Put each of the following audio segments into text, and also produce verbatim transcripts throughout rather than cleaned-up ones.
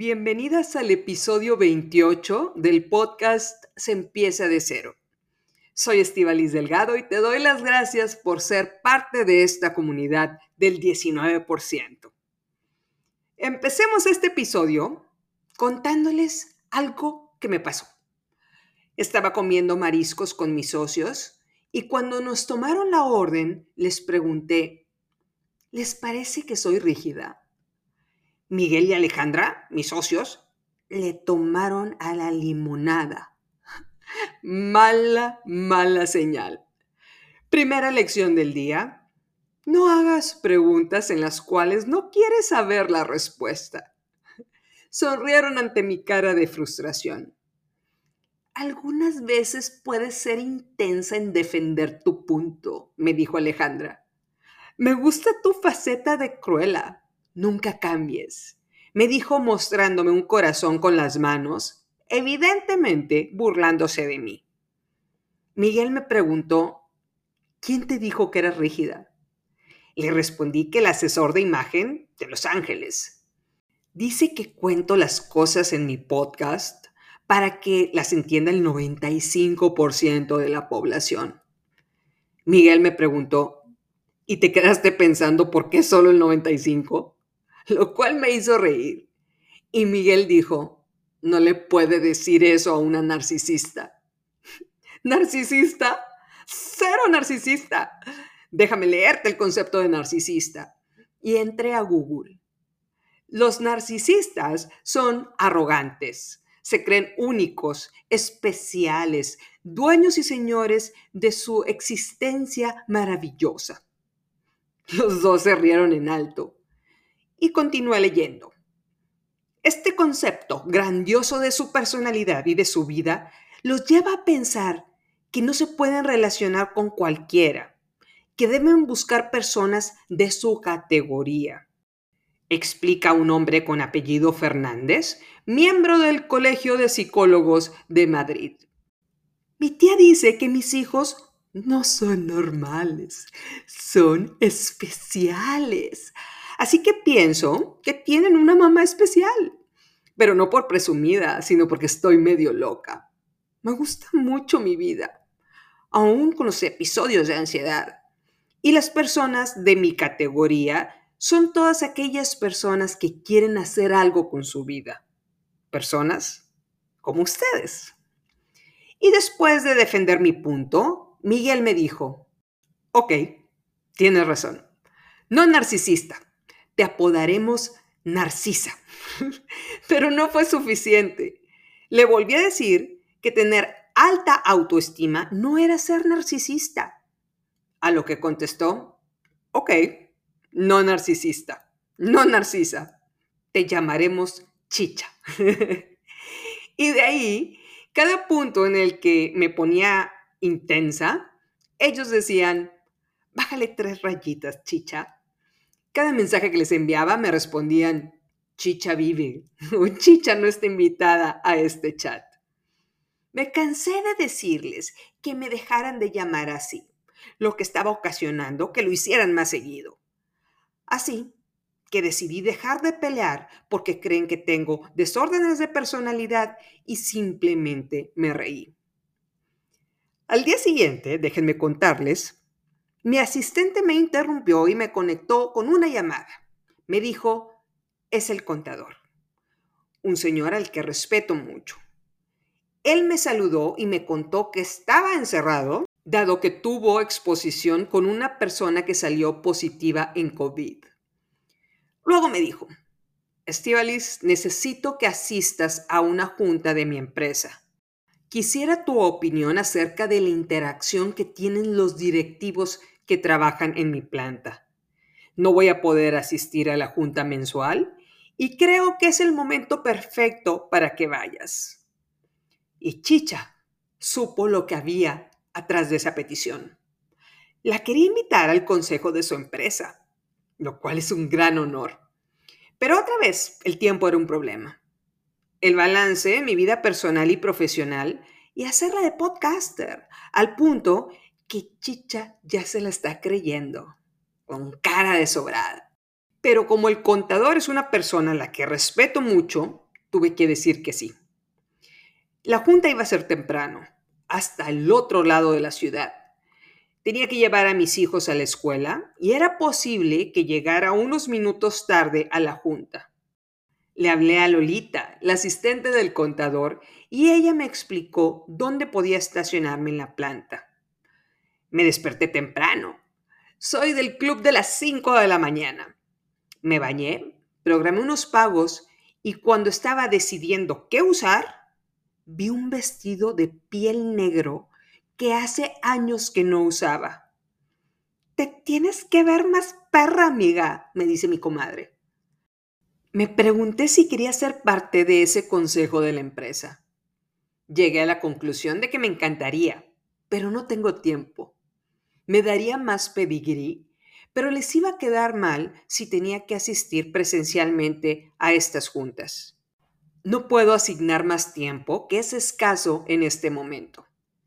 Bienvenidas al episodio veintiocho del podcast Se empieza de cero. Soy Estíbaliz Delgado y te doy las gracias por ser parte de esta comunidad del diecinueve por ciento. Empecemos este episodio contándoles algo que me pasó. Estaba comiendo mariscos con mis socios y cuando nos tomaron la orden les pregunté, ¿les parece que soy rígida? Miguel y Alejandra, mis socios, le tomaron a la limonada. Mala, mala señal. Primera lección del día. No hagas preguntas en las cuales no quieres saber la respuesta. Sonrieron ante mi cara de frustración. Algunas veces puedes ser intensa en defender tu punto, me dijo Alejandra. Me gusta tu faceta de Cruella. Nunca cambies, me dijo mostrándome un corazón con las manos, evidentemente burlándose de mí. Miguel me preguntó, ¿quién te dijo que eras rígida? Le respondí que el asesor de imagen de Los Ángeles. Dice que cuento las cosas en mi podcast para que las entienda el noventa y cinco por ciento de la población. Miguel me preguntó, ¿y te quedaste pensando por qué solo el noventa y cinco por ciento? Lo cual me hizo reír. Y Miguel dijo, no le puede decir eso a una narcisista. ¿Narcisista? ¡Cero narcisista! Déjame leerte el concepto de narcisista. Y entré a Google. Los narcisistas son arrogantes, se creen únicos, especiales, dueños y señores de su existencia maravillosa. Los dos se rieron en alto. Y continué leyendo. Este concepto grandioso de su personalidad y de su vida los lleva a pensar que no se pueden relacionar con cualquiera, que deben buscar personas de su categoría. Explica un hombre con apellido Fernández, miembro del Colegio de Psicólogos de Madrid. Mi tía dice que mis hijos no son normales, son especiales. Así que pienso que tienen una mamá especial, pero no por presumida, sino porque estoy medio loca. Me gusta mucho mi vida, aún con los episodios de ansiedad. Y las personas de mi categoría son todas aquellas personas que quieren hacer algo con su vida. Personas como ustedes. Y después de defender mi punto, Miguel me dijo, ok, tienes razón, no narcisista, te apodaremos Narcisa. Pero no fue suficiente. Le volví a decir que tener alta autoestima no era ser narcisista. A lo que contestó, ok, no narcisista, no narcisa, te llamaremos Chicha. Y de ahí, cada punto en el que me ponía intensa, ellos decían, bájale tres rayitas, Chicha. Cada mensaje que les enviaba me respondían, Chicha vive o Chicha no está invitada a este chat. Me cansé de decirles que me dejaran de llamar así, lo que estaba ocasionando que lo hicieran más seguido. Así que decidí dejar de pelear porque creen que tengo desórdenes de personalidad y simplemente me reí. Al día siguiente, déjenme contarles, mi asistente me interrumpió y me conectó con una llamada. Me dijo, es el contador, un señor al que respeto mucho. Él me saludó y me contó que estaba encerrado, dado que tuvo exposición con una persona que salió positiva en COVID. Luego me dijo, Estíbaliz, necesito que asistas a una junta de mi empresa. Quisiera tu opinión acerca de la interacción que tienen los directivos que trabajan en mi planta. No voy a poder asistir a la junta mensual y creo que es el momento perfecto para que vayas. Y Chicha supo lo que había atrás de esa petición. La quería invitar al consejo de su empresa, lo cual es un gran honor. Pero otra vez, el tiempo era un problema. El balance, mi vida personal y profesional, y hacerla de podcaster, al punto que Chicha ya se la está creyendo, con cara de sobrada. Pero como el contador es una persona a la que respeto mucho, Tuve que decir que sí. La junta iba a ser temprano, hasta el otro lado de la ciudad. Tenía que llevar a mis hijos a la escuela y era posible que llegara unos minutos tarde a la junta. Le hablé a Lolita, la asistente del contador, y ella me explicó dónde podía estacionarme en la planta. Me desperté temprano. Soy del club de las cinco de la mañana. Me bañé, programé unos pagos y cuando estaba decidiendo qué usar, vi un vestido de piel negro que hace años que no usaba. Te tienes que ver más perra, amiga, me dice mi comadre. Me pregunté si quería ser parte de ese consejo de la empresa. Llegué a la conclusión de que me encantaría, pero no tengo tiempo. Me daría más pedigrí, pero les iba a quedar mal si tenía que asistir presencialmente a estas juntas. No puedo asignar más tiempo, que es escaso en este momento.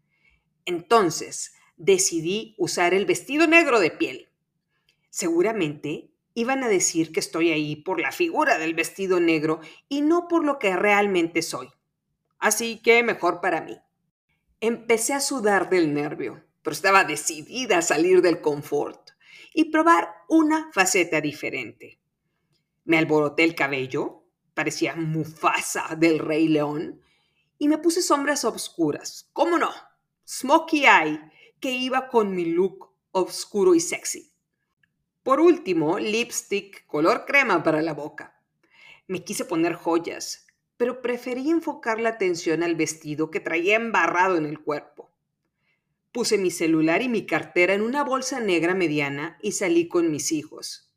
Entonces, decidí usar el vestido negro de piel. Seguramente iban a decir que estoy ahí por la figura del vestido negro y no por lo que realmente soy. Así que mejor para mí. Empecé a sudar del nervio, pero estaba decidida a salir del confort y probar una faceta diferente. Me alboroté el cabello, parecía Mufasa del Rey León, y me puse sombras oscuras. ¿Cómo no? Smokey Eye, que iba con mi look oscuro y sexy. Por último, lipstick color crema para la boca. Me quise poner joyas, pero preferí enfocar la atención al vestido que traía embarrado en el cuerpo. Puse mi celular y mi cartera en una bolsa negra mediana y salí con mis hijos.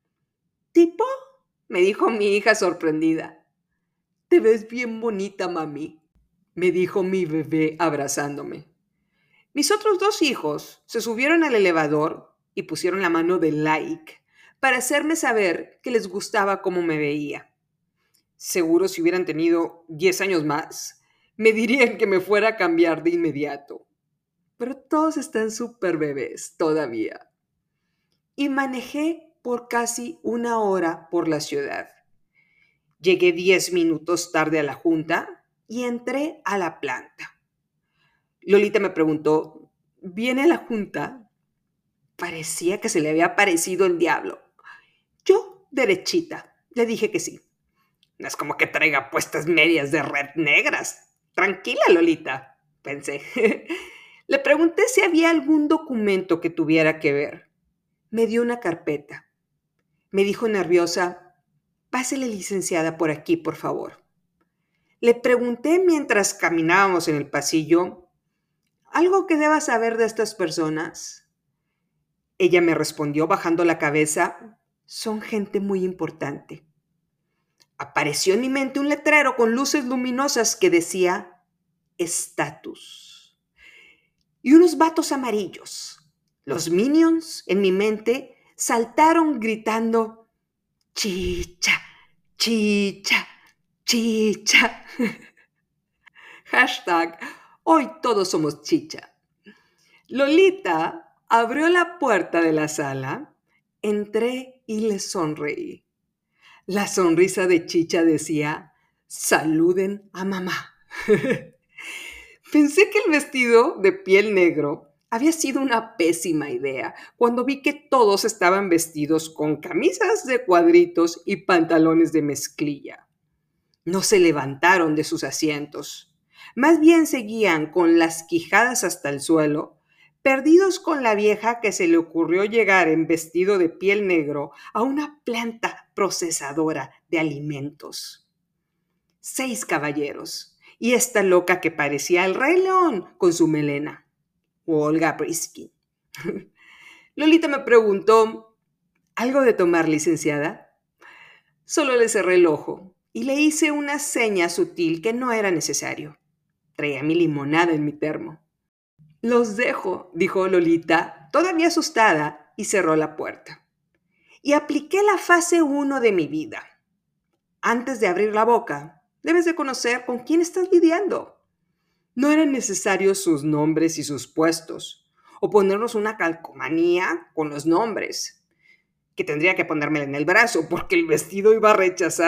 ¿Tipo? Me dijo mi hija sorprendida. Te ves bien bonita, mami, me dijo mi bebé abrazándome. Mis otros dos hijos se subieron al elevador y pusieron la mano de like para hacerme saber que les gustaba cómo me veía. Seguro si hubieran tenido diez años más, me dirían que me fuera a cambiar de inmediato. Pero todos están súper bebés todavía. Y manejé por casi una hora por la ciudad. Llegué diez minutos tarde a la junta y entré a la planta. Lolita me preguntó, ¿viene a la junta? Parecía que se le había aparecido el diablo. Yo, derechita, le dije que sí. No es como que traiga puestas medias de red negras. Tranquila, Lolita, pensé. Le pregunté si había algún documento que tuviera que ver. Me dio una carpeta. Me dijo nerviosa, pásele, licenciada, por aquí, por favor. Le pregunté mientras caminábamos en el pasillo, ¿algo que deba saber de estas personas? Ella me respondió bajando la cabeza, son gente muy importante. Apareció en mi mente un letrero con luces luminosas que decía estatus. Y unos vatos amarillos. Los minions en mi mente saltaron gritando chicha, chicha, chicha. Hashtag hoy todos somos chicha. Lolita abrió la puerta de la sala, entré y le sonreí. La sonrisa de Chicha decía, saluden a mamá. Pensé que el vestido de piel negro había sido una pésima idea cuando vi que todos estaban vestidos con camisas de cuadritos y pantalones de mezclilla. No se levantaron de sus asientos. Más bien seguían con las quijadas hasta el suelo, perdidos con la vieja que se le ocurrió llegar en vestido de piel negro a una planta procesadora de alimentos. Seis caballeros y esta loca que parecía el Rey León con su melena, Olga Briskin. Lolita me preguntó, ¿algo de tomar, licenciada? Solo le cerré el ojo y le hice una seña sutil que no era necesario. Traía mi limonada en mi termo. Los dejo, dijo Lolita, todavía asustada, y cerró la puerta. Y apliqué la fase uno de mi vida. Antes de abrir la boca, debes de conocer con quién estás lidiando. No eran necesarios sus nombres y sus puestos, o ponernos una calcomanía con los nombres, que tendría que ponérmela en el brazo, porque el vestido iba a rechazar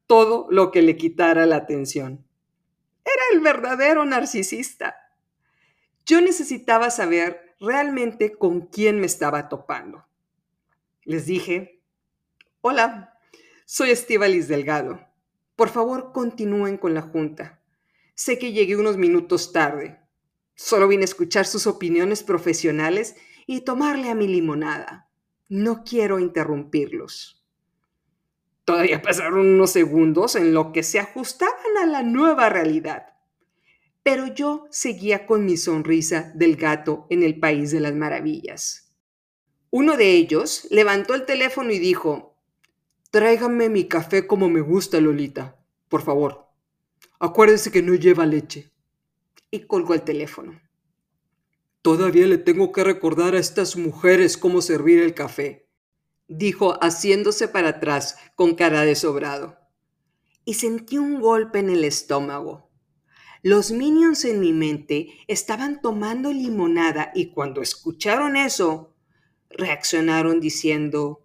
todo lo que le quitara la atención. Era el verdadero narcisista. Yo necesitaba saber realmente con quién me estaba topando. Les dije: hola, soy Estíbaliz Delgado. Por favor, continúen con la junta. Sé que llegué unos minutos tarde. Solo vine a escuchar sus opiniones profesionales y tomarle a mi limonada. No quiero interrumpirlos. Todavía pasaron unos segundos en lo que se ajustaban a la nueva realidad. Pero yo seguía con mi sonrisa del gato en el país de las maravillas. Uno de ellos levantó el teléfono y dijo: tráigame mi café como me gusta, Lolita, por favor. Acuérdese que no lleva leche. Y colgó el teléfono. Todavía le tengo que recordar a estas mujeres cómo servir el café, dijo haciéndose para atrás con cara de sobrado. Y sentí un golpe en el estómago. Los minions en mi mente estaban tomando limonada y cuando escucharon eso, reaccionaron diciendo: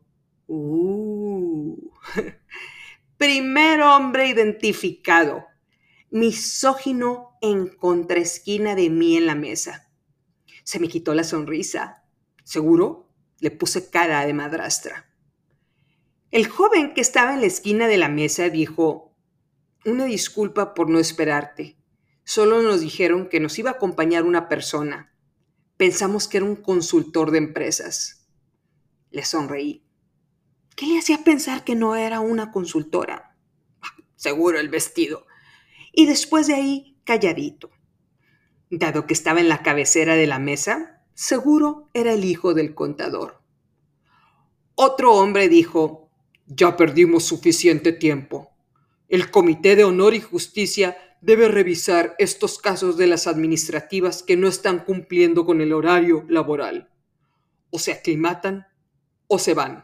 ¡Uh! Primer hombre identificado, misógino en contraesquina de mí en la mesa. Se me quitó la sonrisa. Seguro le puse cara de madrastra. El joven que estaba en la esquina de la mesa dijo: una disculpa por no esperarte. Solo nos dijeron que nos iba a acompañar una persona. Pensamos que era un consultor de empresas. Le sonreí. ¿Qué le hacía pensar que no era una consultora? Seguro el vestido. Y después de ahí, calladito. Dado que estaba en la cabecera de la mesa, seguro era el hijo del contador. Otro hombre dijo: ya perdimos suficiente tiempo. El Comité de Honor y Justicia debe revisar estos casos de las administrativas que no están cumpliendo con el horario laboral. O se aclimatan o se van.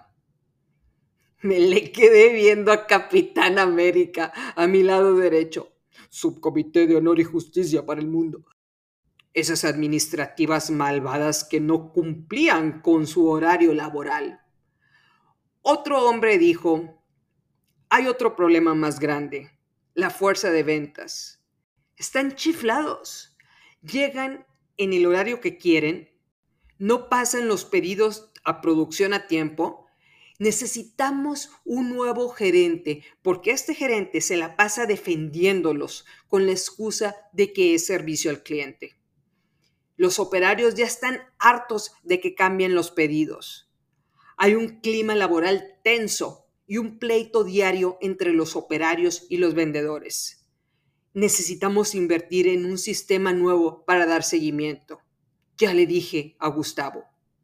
Me le quedé viendo a Capitán América a mi lado derecho. Subcomité de Honor y Justicia para el mundo. Esas administrativas malvadas que no cumplían con su horario laboral. Otro hombre dijo: hay otro problema más grande, la fuerza de ventas. Están chiflados. Llegan en el horario que quieren, no pasan los pedidos a producción a tiempo. Necesitamos un nuevo gerente, porque este gerente se la pasa defendiéndolos con la excusa de que es servicio al cliente. Los operarios ya están hartos de que cambien los pedidos. Hay un clima laboral tenso y un pleito diario entre los operarios y los vendedores. Necesitamos invertir en un sistema nuevo para dar seguimiento. Ya le dije a Gustavo.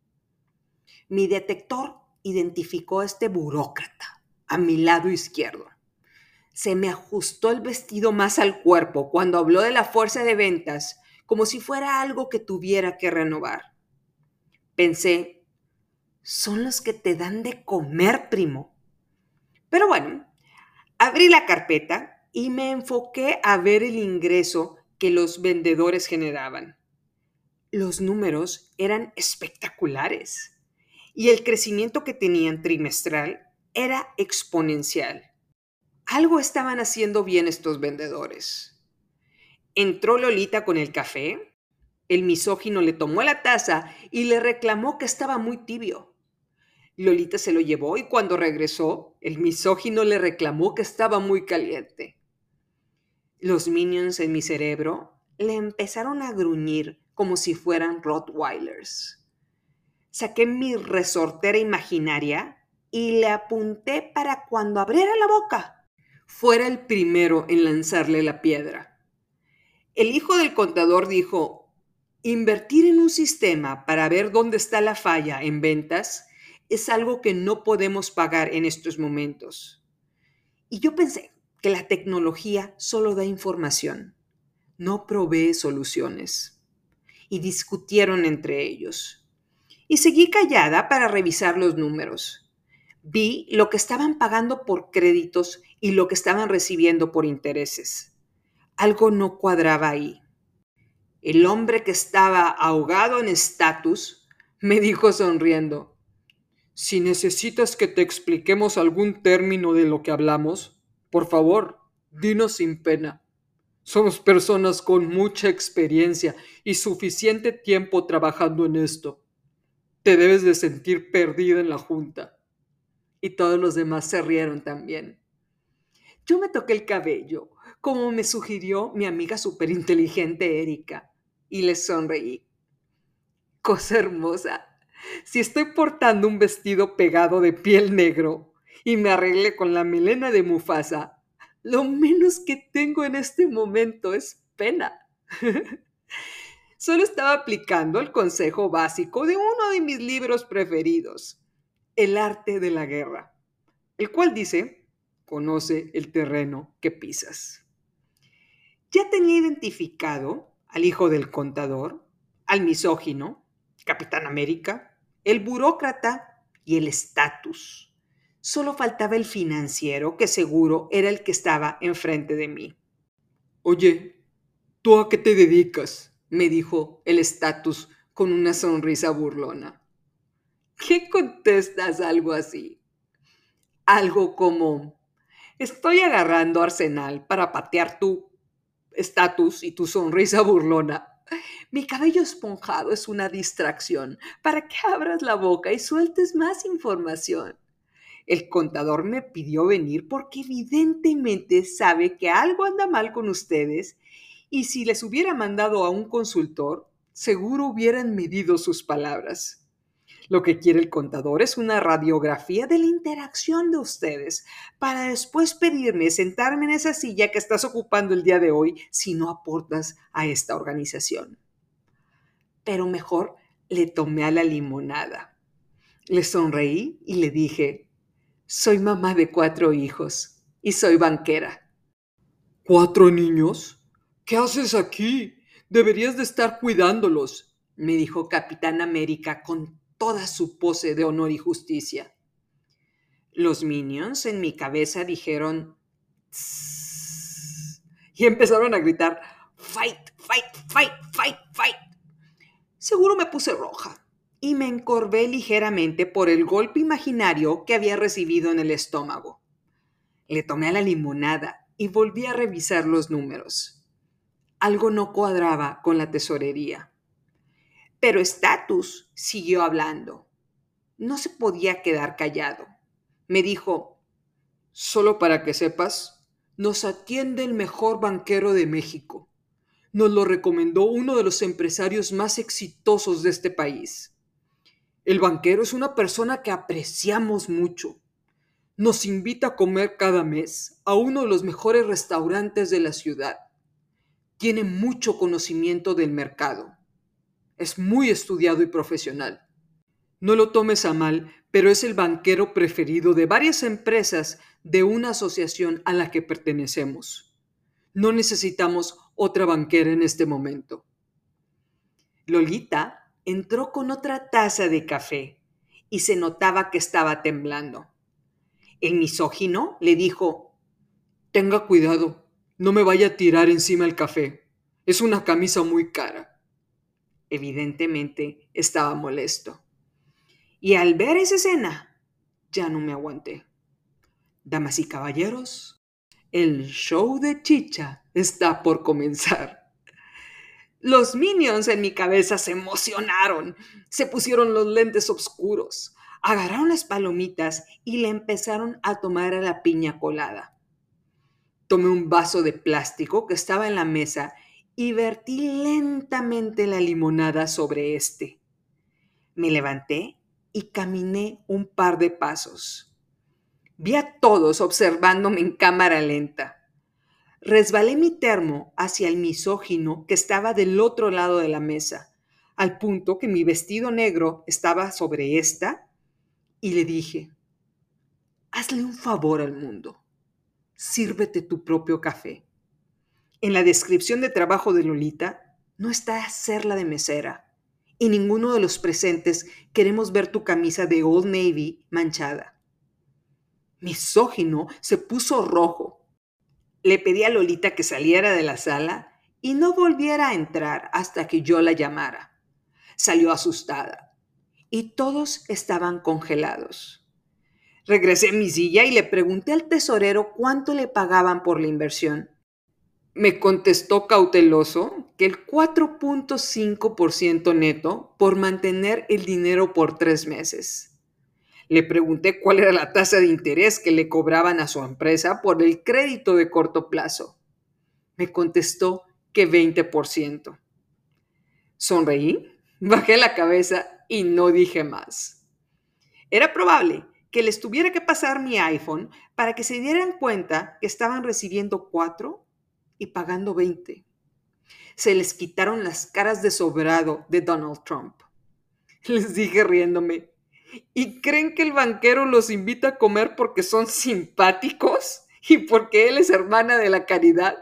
Mi detector identificó a este burócrata a mi lado izquierdo. Se me ajustó el vestido más al cuerpo cuando habló de la fuerza de ventas como si fuera algo que tuviera que renovar. Pensé, son los que te dan de comer, primo. Pero bueno, abrí la carpeta y me enfoqué a ver el ingreso que los vendedores generaban. Los números eran espectaculares y el crecimiento que tenían trimestral era exponencial. Algo estaban haciendo bien estos vendedores. Entró Lolita con el café. El misógino le tomó la taza y le reclamó que estaba muy tibio. Lolita se lo llevó y cuando regresó, el misógino le reclamó que estaba muy caliente. Los minions en mi cerebro le empezaron a gruñir como si fueran Rottweilers. Saqué mi resortera imaginaria y le apunté para cuando abriera la boca, fuera el primero en lanzarle la piedra. El hijo del contador dijo: invertir en un sistema para ver dónde está la falla en ventas es algo que no podemos pagar en estos momentos. Y yo pensé que la tecnología solo da información, no provee soluciones. Y discutieron entre ellos. Y seguí callada para revisar los números. Vi lo que estaban pagando por créditos y lo que estaban recibiendo por intereses. Algo no cuadraba ahí. El hombre que estaba ahogado en estatus me dijo sonriendo: si necesitas que te expliquemos algún término de lo que hablamos, Por favor, dinos sin pena. Somos personas con mucha experiencia y suficiente tiempo trabajando en esto. Te debes de sentir perdida en la junta. Y todos los demás se rieron también. Yo me toqué el cabello, como me sugirió mi amiga superinteligente Erika, y le sonreí. Cosa hermosa. Si estoy portando un vestido pegado de piel negro y me arreglé con la melena de Mufasa, lo menos que tengo en este momento es pena. Solo estaba aplicando el consejo básico de uno de mis libros preferidos, El arte de la guerra, el cual dice, conoce el terreno que pisas. Ya tenía identificado al hijo del contador, al misógino, Capitán América, el burócrata y el estatus. Solo faltaba el financiero, que seguro era el que estaba enfrente de mí. Oye, ¿tú a qué te dedicas?, me dijo el estatus con una sonrisa burlona. ¿Qué contestas algo así? Algo como, estoy agarrando arsenal para patear tu estatus y tu sonrisa burlona. Mi cabello esponjado es una distracción para que abras la boca y sueltes más información. El contador me pidió venir porque evidentemente sabe que algo anda mal con ustedes y si les hubiera mandado a un consultor, seguro hubieran medido sus palabras. Lo que quiere el contador es una radiografía de la interacción de ustedes para después pedirme sentarme en esa silla que estás ocupando el día de hoy si no aportas a esta organización. Pero mejor le tomé a la limonada. Le sonreí y le dije, soy mamá de cuatro hijos y soy banquera. ¿Cuatro niños? ¿Qué haces aquí? Deberías de estar cuidándolos, me dijo Capitán América con toda su pose de honor y justicia. Los minions en mi cabeza dijeron "Tss", y empezaron a gritar fight, fight, fight, fight, fight. Seguro me puse roja y me encorvé ligeramente por el golpe imaginario que había recibido en el estómago. Le tomé a la limonada y volví a revisar los números. Algo no cuadraba con la tesorería. Pero Status siguió hablando. No se podía quedar callado. Me dijo, solo para que sepas, nos atiende el mejor banquero de México. Nos lo recomendó uno de los empresarios más exitosos de este país. El banquero es una persona que apreciamos mucho. Nos invita a comer cada mes a uno de los mejores restaurantes de la ciudad. Tiene mucho conocimiento del mercado. Es muy estudiado y profesional. No lo tomes a mal, pero es el banquero preferido de varias empresas de una asociación a la que pertenecemos. No necesitamos otra banquera en este momento. Lolita entró con otra taza de café y se notaba que estaba temblando. El misógino le dijo, tenga cuidado, no me vaya a tirar encima el café. Es una camisa muy cara. Evidentemente estaba molesto. Y al ver esa escena, ya no me aguanté. Damas y caballeros, el show de Chicha está por comenzar. Los minions en mi cabeza se emocionaron, se pusieron los lentes oscuros, agarraron las palomitas y le empezaron a tomar a la piña colada. Tomé un vaso de plástico que estaba en la mesa y vertí lentamente la limonada sobre este. Me levanté y caminé un par de pasos. Vi a todos observándome en cámara lenta. Resbalé mi termo hacia el misógino que estaba del otro lado de la mesa, al punto que mi vestido negro estaba sobre esta, y le dije, hazle un favor al mundo. Sírvete tu propio café. En la descripción de trabajo de Lolita no está hacerla de mesera, y ninguno de los presentes queremos ver tu camisa de Old Navy manchada. Misógino se puso rojo. Le pedí a Lolita que saliera de la sala y no volviera a entrar hasta que yo la llamara. Salió asustada y todos estaban congelados. Regresé a mi silla y le pregunté al tesorero cuánto le pagaban por la inversión. Me contestó cauteloso que el cuatro punto cinco por ciento neto por mantener el dinero por tres meses. Le pregunté cuál era la tasa de interés que le cobraban a su empresa por el crédito de corto plazo. Me contestó que veinte por ciento. Sonreí, bajé la cabeza y no dije más. Era probable que les tuviera que pasar mi iPhone para que se dieran cuenta que estaban recibiendo cuatro y pagando veinte. Se les quitaron las caras de sobrado de Donald Trump. Les dije riéndome, ¿y creen que el banquero los invita a comer porque son simpáticos y porque él es hermana de la caridad?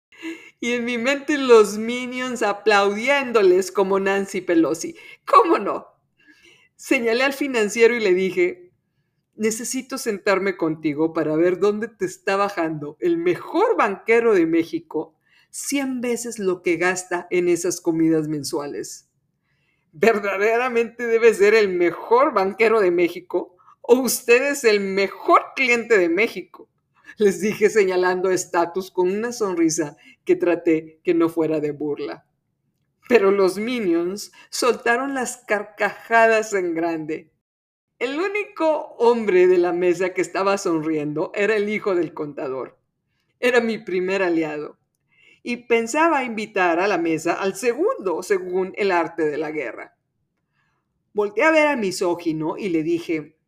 Y en mi mente los Minions aplaudiéndoles como Nancy Pelosi. ¿Cómo no? Señalé al financiero y le dije, necesito sentarme contigo para ver dónde te está bajando el mejor banquero de México cien veces lo que gasta en esas comidas mensuales. ¿Verdaderamente debe ser el mejor banquero de México o usted es el mejor cliente de México? Les dije señalando a Status con una sonrisa que traté que no fuera de burla. Pero los Minions soltaron las carcajadas en grande. El único hombre de la mesa que estaba sonriendo era el hijo del contador. Era mi primer aliado. Y pensaba invitar a la mesa al segundo, según el arte de la guerra. Volteé a ver al misógino y le dije,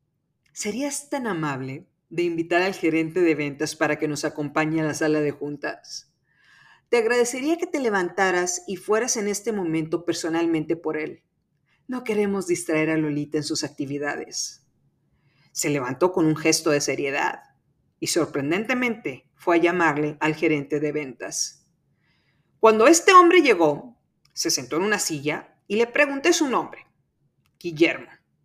¿serías tan amable de invitar al gerente de ventas para que nos acompañe a la sala de juntas? Te agradecería que te levantaras y fueras en este momento personalmente por él. No queremos distraer a Lolita en sus actividades. Se levantó con un gesto de seriedad y sorprendentemente fue a llamarle al gerente de ventas. Cuando este hombre llegó, se sentó en una silla y le pregunté su nombre, Guillermo.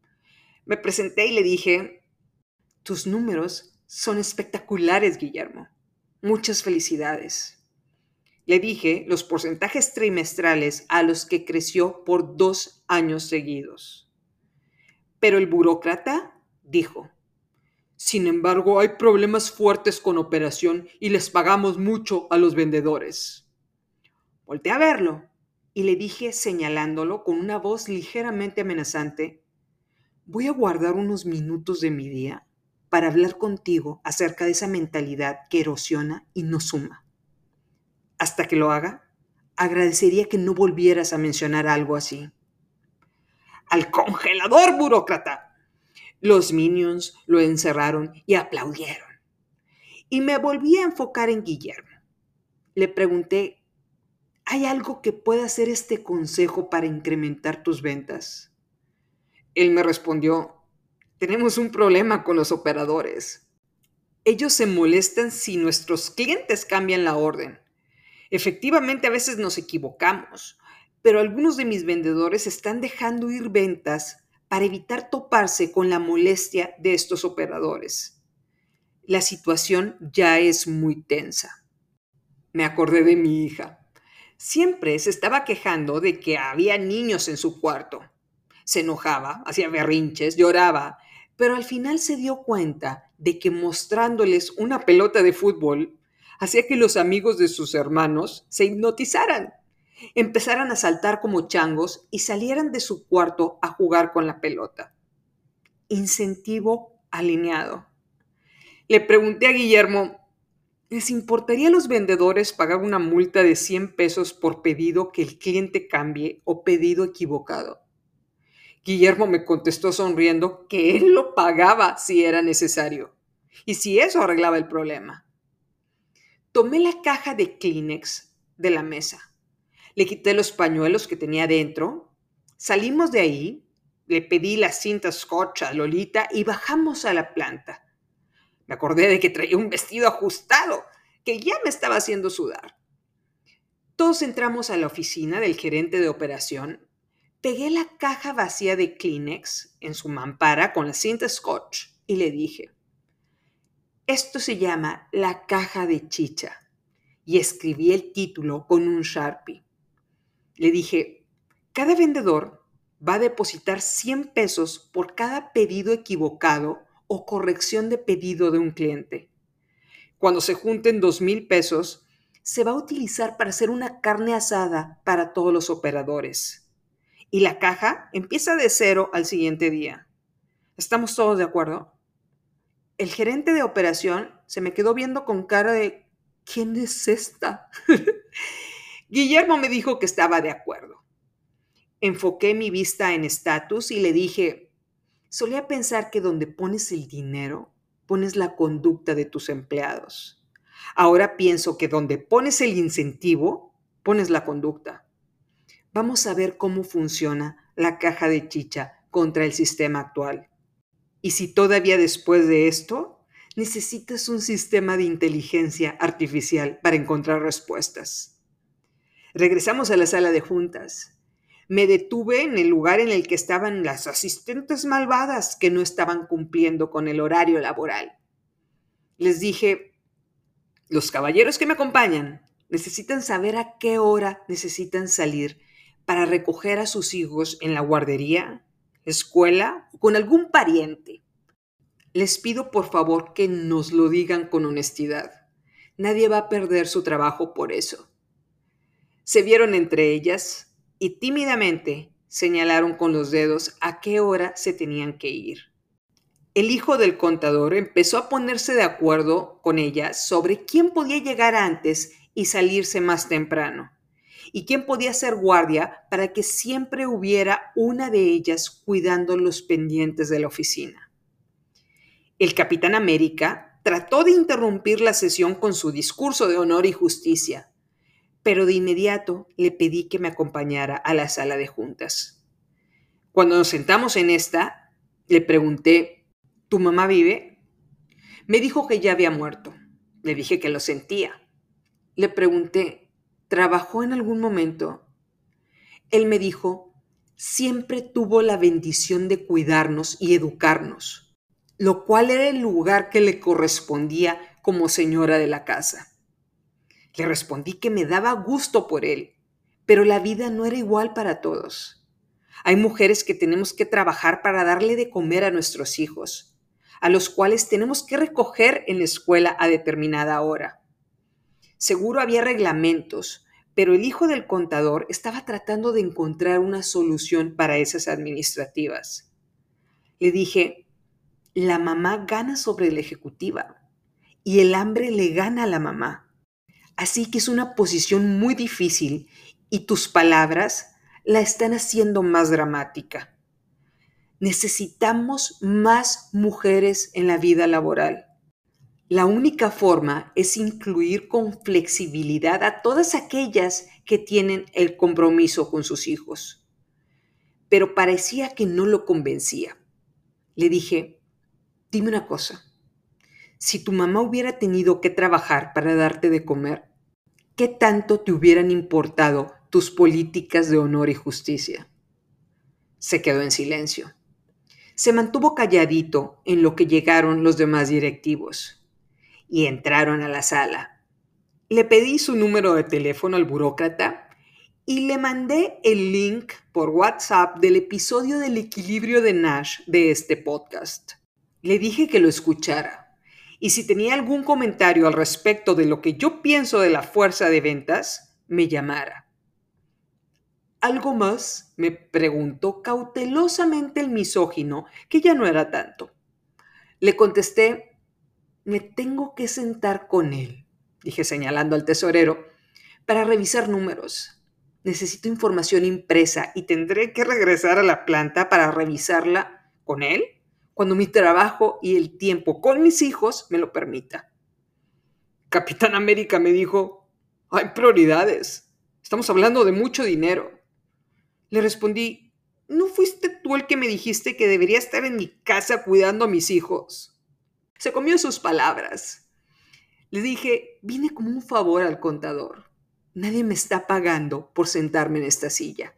Me presenté y le dije, tus números son espectaculares, Guillermo. Muchas felicidades. Le dije los porcentajes trimestrales a los que creció por dos años seguidos. Pero el burócrata dijo, sin embargo, hay problemas fuertes con operación y les pagamos mucho a los vendedores. Volteé a verlo y le dije, señalándolo con una voz ligeramente amenazante, voy a guardar unos minutos de mi día para hablar contigo acerca de esa mentalidad que erosiona y no suma. Hasta que lo haga, agradecería que no volvieras a mencionar algo así. ¡Al congelador, burócrata! Los Minions lo encerraron y aplaudieron. Y me volví a enfocar en Guillermo. Le pregunté, ¿hay algo que pueda hacer este consejo para incrementar tus ventas? Él me respondió, tenemos un problema con los operadores. Ellos se molestan si nuestros clientes cambian la orden. Efectivamente, a veces nos equivocamos, pero algunos de mis vendedores están dejando ir ventas para evitar toparse con la molestia de estos operadores. La situación ya es muy tensa. Me acordé de mi hija. Siempre se estaba quejando de que había niños en su cuarto. Se enojaba, hacía berrinches, lloraba, pero al final se dio cuenta de que mostrándoles una pelota de fútbol hacía que los amigos de sus hermanos se hipnotizaran, empezaran a saltar como changos y salieran de su cuarto a jugar con la pelota. Incentivo alineado. Le pregunté a Guillermo, ¿les importaría a los vendedores pagar una multa de cien pesos por pedido que el cliente cambie o pedido equivocado? Guillermo me contestó sonriendo que él lo pagaba si era necesario y si eso arreglaba el problema. Tomé la caja de Kleenex de la mesa, le quité los pañuelos que tenía dentro, salimos de ahí, le pedí la cinta Scotch a Lolita y bajamos a la planta. Me acordé de que traía un vestido ajustado que ya me estaba haciendo sudar. Todos entramos a la oficina del gerente de operación. Pegué la caja vacía de Kleenex en su mampara con la cinta Scotch y le dije, esto se llama la caja de chicha, y escribí el título con un Sharpie. Le dije, cada vendedor va a depositar cien pesos por cada pedido equivocado o corrección de pedido de un cliente. Cuando se junten dos mil pesos, se va a utilizar para hacer una carne asada para todos los operadores. Y la caja empieza de cero al siguiente día. ¿Estamos todos de acuerdo? El gerente de operación se me quedó viendo con cara de ¿quién es esta? Guillermo me dijo que estaba de acuerdo. Enfoqué mi vista en estatus y le dije, solía pensar que donde pones el dinero, pones la conducta de tus empleados. Ahora pienso que donde pones el incentivo, pones la conducta. Vamos a ver cómo funciona la caja de chicha contra el sistema actual. Y si todavía después de esto, necesitas un sistema de inteligencia artificial para encontrar respuestas. Regresamos a la sala de juntas. Me detuve en el lugar en el que estaban las asistentes malvadas que no estaban cumpliendo con el horario laboral. Les dije, los caballeros que me acompañan necesitan saber a qué hora necesitan salir para recoger a sus hijos en la guardería, escuela o con algún pariente. Les pido por favor que nos lo digan con honestidad. Nadie va a perder su trabajo por eso. Se vieron entre ellas y tímidamente señalaron con los dedos a qué hora se tenían que ir. El hijo del contador empezó a ponerse de acuerdo con ellas sobre quién podía llegar antes y salirse más temprano, y quién podía ser guardia para que siempre hubiera una de ellas cuidando los pendientes de la oficina. El Capitán América trató de interrumpir la sesión con su discurso de honor y justicia, pero de inmediato le pedí que me acompañara a la sala de juntas. Cuando nos sentamos en esta, le pregunté, ¿tu mamá vive? Me dijo que ya había muerto. Le dije que lo sentía. Le pregunté, ¿trabajó en algún momento? Él me dijo, siempre tuvo la bendición de cuidarnos y educarnos, lo cual era el lugar que le correspondía como señora de la casa. Le respondí que me daba gusto por él, pero la vida no era igual para todos. Hay mujeres que tenemos que trabajar para darle de comer a nuestros hijos, a los cuales tenemos que recoger en la escuela a determinada hora. Seguro había reglamentos, pero el hijo del contador estaba tratando de encontrar una solución para esas administrativas. Le dije, la mamá gana sobre la ejecutiva y el hambre le gana a la mamá. Así que es una posición muy difícil y tus palabras la están haciendo más dramática. Necesitamos más mujeres en la vida laboral. La única forma es incluir con flexibilidad a todas aquellas que tienen el compromiso con sus hijos. Pero parecía que no lo convencía. Le dije, dime una cosa. Si tu mamá hubiera tenido que trabajar para darte de comer, ¿qué tanto te hubieran importado tus políticas de honor y justicia? Se quedó en silencio. Se mantuvo calladito en lo que llegaron los demás directivos y entraron a la sala. Le pedí su número de teléfono al burócrata y le mandé el link por WhatsApp del episodio del equilibrio de Nash de este podcast. Le dije que lo escuchara. Y si tenía algún comentario al respecto de lo que yo pienso de la fuerza de ventas, me llamara. ¿Algo más?, me preguntó cautelosamente el misógino, que ya no era tanto. Le contesté, me tengo que sentar con él, dije señalando al tesorero, para revisar números. Necesito información impresa y tendré que regresar a la planta para revisarla con él cuando mi trabajo y el tiempo con mis hijos me lo permita. Capitán América me dijo, hay prioridades. Estamos hablando de mucho dinero. Le respondí, ¿no fuiste tú el que me dijiste que debería estar en mi casa cuidando a mis hijos? Se comió sus palabras. Le dije, vine como un favor al contador. Nadie me está pagando por sentarme en esta silla.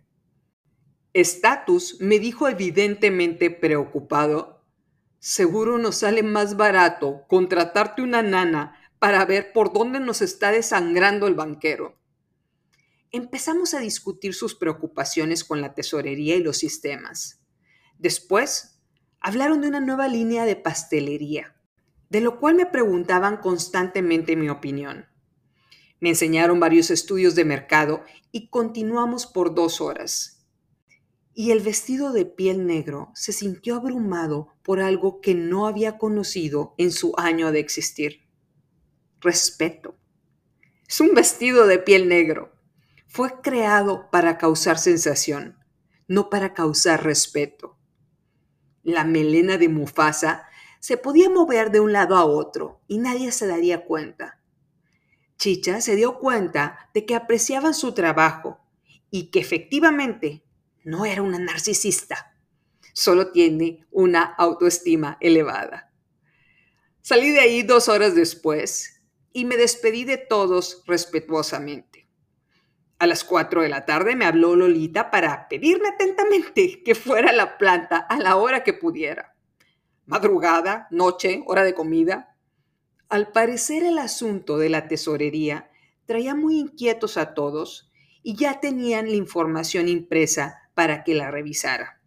Estatus me dijo evidentemente preocupado, seguro nos sale más barato contratarte una nana para ver por dónde nos está desangrando el banquero. Empezamos a discutir sus preocupaciones con la tesorería y los sistemas. Después, Hablaron de una nueva línea de pastelería, de lo cual me preguntaban constantemente mi opinión. Me enseñaron varios estudios de mercado y continuamos por dos horas. Y el vestido de piel negro se sintió abrumado por algo que no había conocido en su año de existir. Respeto. Es un vestido de piel negro. Fue creado para causar sensación, no para causar respeto. La melena de Mufasa se podía mover de un lado a otro y nadie se daría cuenta. Chicha se dio cuenta de que apreciaban su trabajo y que efectivamente no era una narcisista, solo tiene una autoestima elevada. Salí de ahí dos horas después y me despedí de todos respetuosamente. A las cuatro de la tarde me habló Lolita para pedirme atentamente que fuera a la planta a la hora que pudiera. Madrugada, noche, hora de comida. Al parecer el asunto de la tesorería traía muy inquietos a todos y ya tenían la información impresa para que la revisara.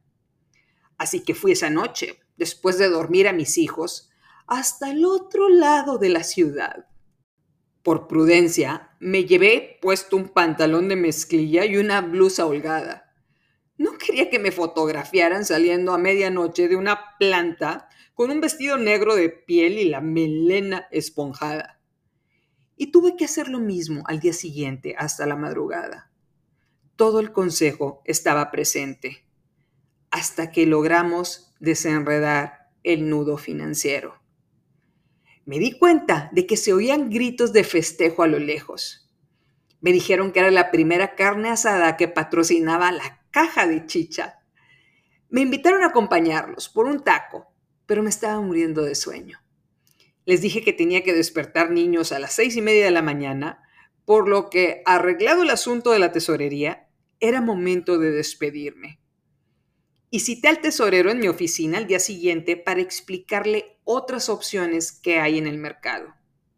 Así que fui esa noche, después de dormir a mis hijos, hasta el otro lado de la ciudad. Por prudencia, me llevé puesto un pantalón de mezclilla y una blusa holgada. No quería que me fotografiaran saliendo a medianoche de una planta con un vestido negro de piel y la melena esponjada. Y tuve que hacer lo mismo al día siguiente hasta la madrugada. Todo el consejo estaba presente, hasta que logramos desenredar el nudo financiero. Me di cuenta de que se oían gritos de festejo a lo lejos. Me dijeron que era la primera carne asada que patrocinaba la caja de chicha. Me invitaron a acompañarlos por un taco, pero me estaba muriendo de sueño. Les dije que tenía que despertar niños a las seis y media de la mañana, por lo que, arreglado el asunto de la tesorería, era momento de despedirme. Y cité al tesorero en mi oficina al día siguiente para explicarle otras opciones que hay en el mercado.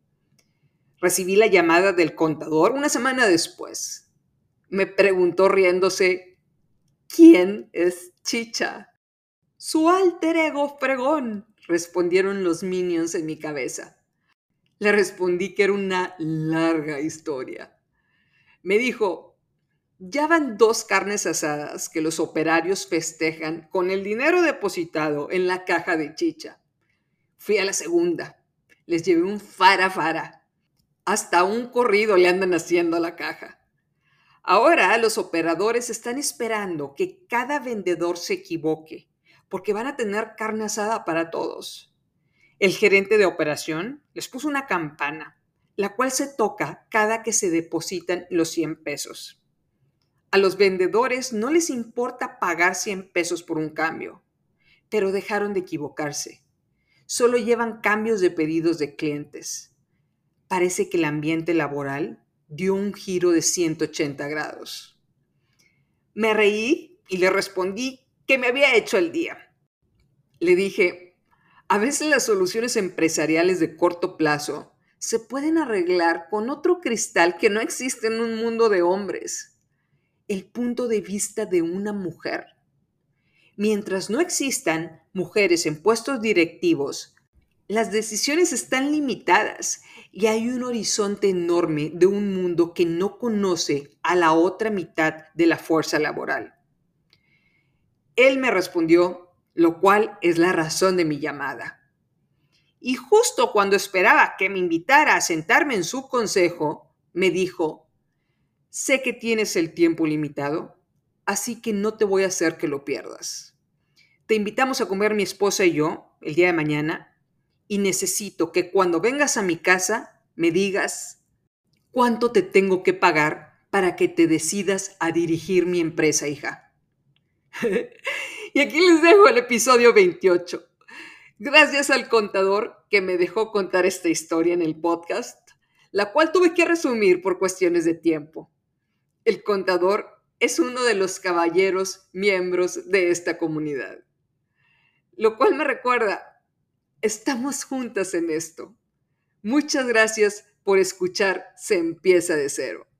Recibí la llamada del contador una semana después. Me preguntó riéndose, ¿quién es Chicha? Su alter ego fregón, respondieron los minions en mi cabeza. Le respondí que era una larga historia. Me dijo, ya van dos carnes asadas que los operarios festejan con el dinero depositado en la caja de Chicha. Fui a la segunda. Les llevé un fara fara. Hasta un corrido le andan haciendo a la caja. Ahora los operadores están esperando que cada vendedor se equivoque, porque van a tener carne asada para todos. El gerente de operación les puso una campana, la cual se toca cada que se depositan los cien pesos. A los vendedores no les importa pagar cien pesos por un cambio, pero dejaron de equivocarse. Solo llevan cambios de pedidos de clientes. Parece que el ambiente laboral dio un giro de ciento ochenta grados. Me reí y le respondí que me había hecho el día. Le dije, a veces las soluciones empresariales de corto plazo se pueden arreglar con otro cristal que no existe en un mundo de hombres. El punto de vista de una mujer. Mientras no existan mujeres en puestos directivos, las decisiones están limitadas y hay un horizonte enorme de un mundo que no conoce a la otra mitad de la fuerza laboral. Él me respondió, lo cual es la razón de mi llamada. Y justo cuando esperaba que me invitara a sentarme en su consejo, me dijo, sé que tienes el tiempo limitado, así que no te voy a hacer que lo pierdas. Te invitamos a comer mi esposa y yo el día de mañana y necesito que cuando vengas a mi casa me digas cuánto te tengo que pagar para que te decidas a dirigir mi empresa, hija. Y aquí les dejo el episodio veintiocho. Gracias al contador que me dejó contar esta historia en el podcast, la cual tuve que resumir por cuestiones de tiempo. El contador es uno de los caballeros miembros de esta comunidad. Lo cual me recuerda, estamos juntas en esto. Muchas gracias por escuchar Se Empieza de Cero.